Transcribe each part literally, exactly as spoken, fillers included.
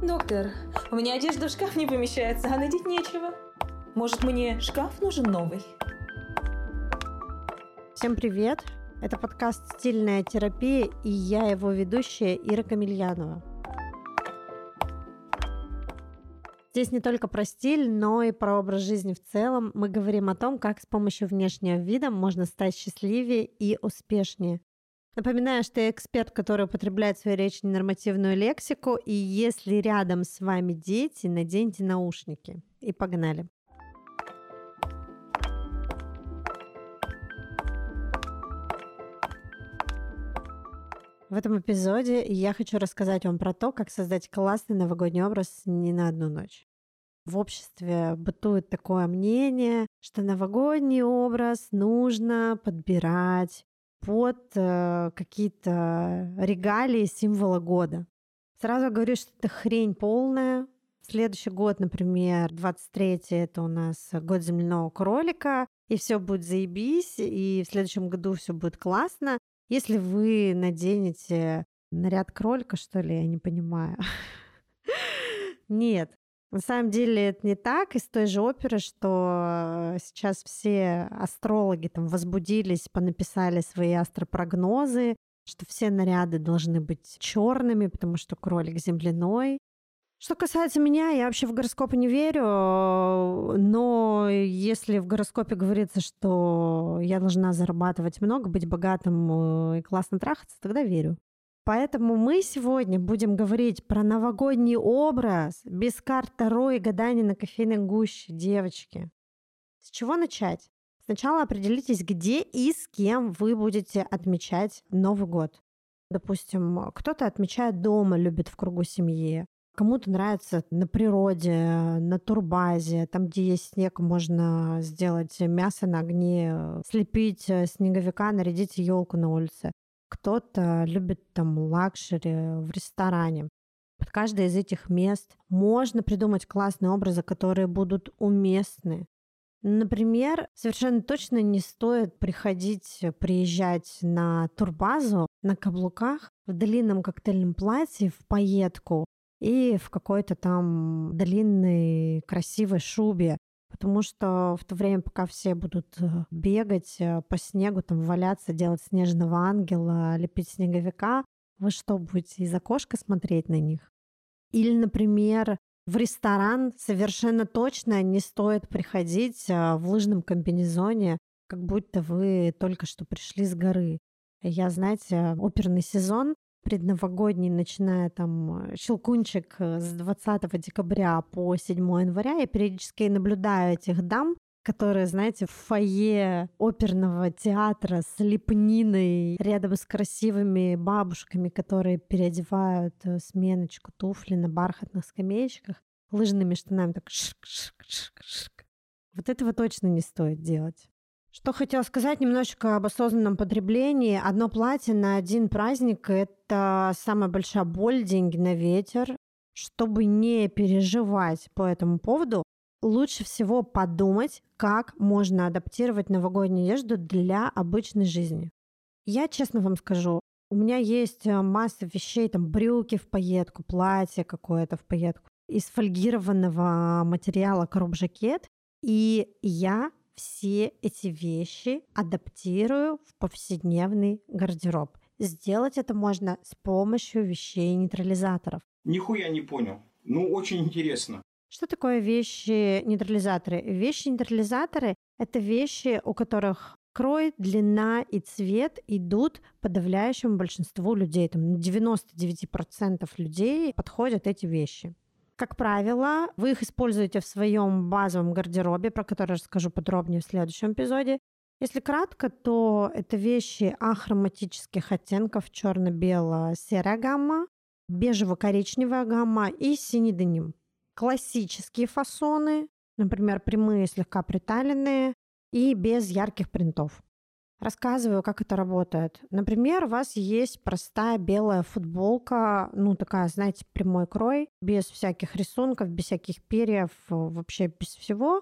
Доктор, у меня одежда в шкаф не помещается, а надеть нечего. Может, мне шкаф нужен новый? Всем привет! Это подкаст «Стильная терапия» и я его ведущая Ира Камильянова. Здесь не только про стиль, но и про образ жизни в целом. Мы говорим о том, как с помощью внешнего вида можно стать счастливее и успешнее. Напоминаю, что я эксперт, который употребляет в своей речи ненормативную лексику, и если рядом с вами дети, наденьте наушники. И погнали. В этом эпизоде я хочу рассказать вам про то, как создать классный новогодний образ не на одну ночь. В обществе бытует такое мнение, что новогодний образ нужно подбирать под э, какие-то регалии символа года. Сразу говорю, что это хрень полная. Следующий год, например, двадцать третий, это у нас год земляного кролика, и все будет заебись, и в следующем году все будет классно. Если вы наденете наряд кролика, что ли, я не понимаю. Нет. На самом деле это не так. Из той же оперы, что сейчас все астрологи там возбудились, понаписали свои астропрогнозы, что все наряды должны быть черными, потому что кролик земляной. Что касается меня, я вообще в гороскопы не верю, но если в гороскопе говорится, что я должна зарабатывать много, быть богатым и классно трахаться, тогда верю. Поэтому мы сегодня будем говорить про новогодний образ без карт Таро и гаданий на кофейной гуще, девочки. С чего начать? Сначала определитесь, где и с кем вы будете отмечать Новый год. Допустим, кто-то отмечает дома, любит в кругу семьи. Кому-то нравится на природе, на турбазе, там, где есть снег, можно сделать мясо на огне, слепить снеговика, нарядить елку на улице. Кто-то любит там лакшери в ресторане. Под каждое из этих мест можно придумать классные образы, которые будут уместны. Например, совершенно точно не стоит приходить, приезжать на турбазу на каблуках, в длинном коктейльном платье, в пайетку и в какой-то там длинной красивой шубе. Потому что в то время, пока все будут бегать по снегу, там валяться, делать снежного ангела, лепить снеговика, вы что, будете из окошка смотреть на них? Или, например, в ресторан совершенно точно не стоит приходить в лыжном комбинезоне, как будто вы только что пришли с горы. Я, знаете, оперный сезон предновогодний, начиная там щелкунчик с двадцатого декабря по седьмого января, я периодически наблюдаю этих дам, которые, знаете, в фойе оперного театра с лепниной рядом с красивыми бабушками, которые переодевают сменочку, туфли на бархатных скамеечках, лыжными штанами так шик-шик-шик-шик. Вот этого точно не стоит делать. Что хотела сказать немножечко об осознанном потреблении. Одно платье на один праздник – это самая большая боль, деньги на ветер. Чтобы не переживать по этому поводу, лучше всего подумать, как можно адаптировать новогоднюю одежду для обычной жизни. Я честно вам скажу, у меня есть масса вещей, там брюки в пайетку, платье какое-то в пайетку, из фольгированного материала крop-жакет, и я все эти вещи адаптирую в повседневный гардероб. Сделать это можно с помощью вещей-нейтрализаторов. Нихуя не понял. Ну, очень интересно. Что такое вещи-нейтрализаторы? Вещи-нейтрализаторы – это вещи, у которых крой, длина и цвет идут подавляющему большинству людей. Там на девяносто девять процентов людей подходят эти вещи. Как правило, вы их используете в своем базовом гардеробе, про который расскажу подробнее в следующем эпизоде. Если кратко, то это вещи ахроматических оттенков: черно-бело-серая гамма, бежево-коричневая гамма и синий деним. Классические фасоны, например, прямые, слегка приталенные и без ярких принтов. Рассказываю, как это работает. Например, у вас есть простая белая футболка, ну такая, знаете, прямой крой, без всяких рисунков, без всяких перьев, вообще без всего.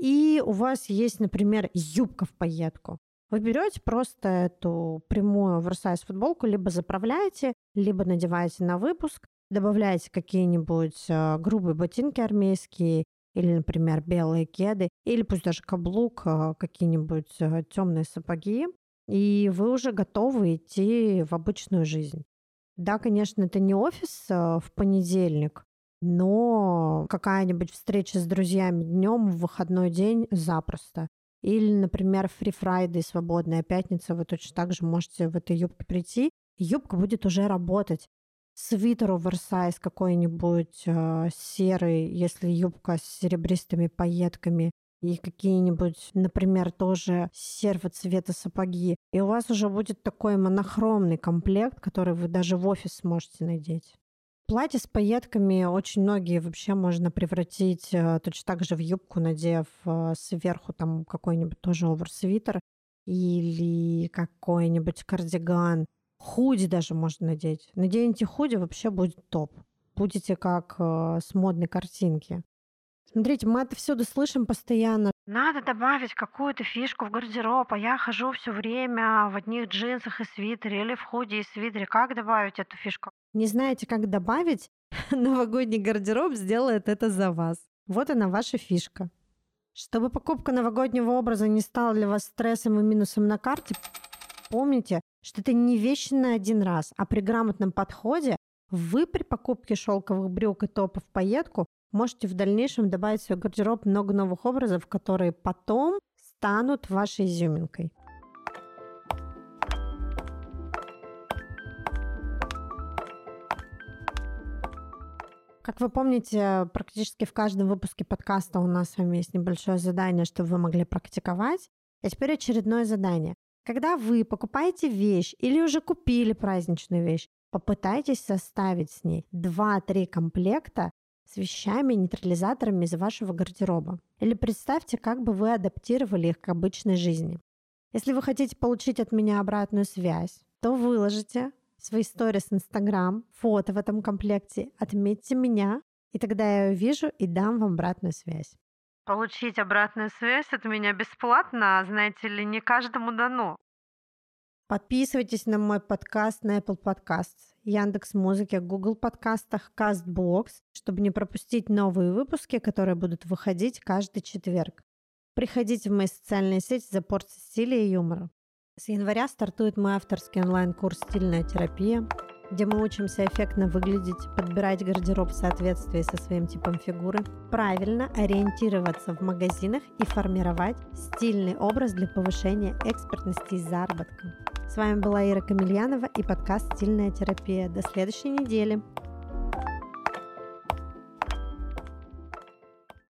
И у вас есть, например, юбка в пайетку. Вы берете просто эту прямую оверсайз футболку, либо заправляете, либо надеваете на выпуск, добавляете какие-нибудь э, грубые ботинки армейские или, например, белые кеды, или пусть даже каблук, э, какие-нибудь э, темные сапоги, и вы уже готовы идти в обычную жизнь. Да, конечно, это не офис э, в понедельник, но какая-нибудь встреча с друзьями днем в выходной день запросто. Или, например, Free Friday, свободная пятница, вы точно так же можете в этой юбке прийти, и юбка будет уже работать. Свитер оверсайз какой-нибудь э, серый, если юбка с серебристыми пайетками, и какие-нибудь, например, тоже серого цвета сапоги. И у вас уже будет такой монохромный комплект, который вы даже в офис сможете надеть. Платье с пайетками очень многие вообще можно превратить э, точно так же в юбку, надев э, сверху там какой-нибудь тоже оверсвитер или какой-нибудь кардиган. Худи даже можно надеть. Наденете худи, вообще будет топ. Будете как э, с модной картинки. Смотрите, мы это всюду слышим постоянно. Надо добавить какую-то фишку в гардероб, а я хожу все время в одних джинсах и свитере или в худи и свитере. Как добавить эту фишку? Не знаете, как добавить? Новогодний гардероб сделает это за вас. Вот она ваша фишка. Чтобы покупка новогоднего образа не стала для вас стрессом и минусом на карте, помните, что это не вещи на один раз, а при грамотном подходе вы при покупке шелковых брюк и топа в пайетку можете в дальнейшем добавить в свой гардероб много новых образов, которые потом станут вашей изюминкой. Как вы помните, практически в каждом выпуске подкаста у нас с вами есть небольшое задание, чтобы вы могли практиковать. А теперь очередное задание. Когда вы покупаете вещь или уже купили праздничную вещь, попытайтесь составить с ней два-три комплекта с вещами, нейтрализаторами из вашего гардероба. Или представьте, как бы вы адаптировали их к обычной жизни. Если вы хотите получить от меня обратную связь, то выложите свои сторис в Инстаграм, фото в этом комплекте, отметьте меня, и тогда я ее увижу и дам вам обратную связь. Получить обратную связь от меня бесплатно, знаете ли, не каждому дано. Подписывайтесь на мой подкаст на Apple Podcasts, Яндекс.Музыке, Google подкастах, CastBox, чтобы не пропустить новые выпуски, которые будут выходить каждый четверг. Приходите в мои социальные сети за порцией стиля и юмора. С января стартует мой авторский онлайн-курс «Стильная терапия», где мы учимся эффектно выглядеть, подбирать гардероб в соответствии со своим типом фигуры, правильно ориентироваться в магазинах и формировать стильный образ для повышения экспертности и заработка. С вами была Ира Камельянова и подкаст «Стильная терапия». До следующей недели.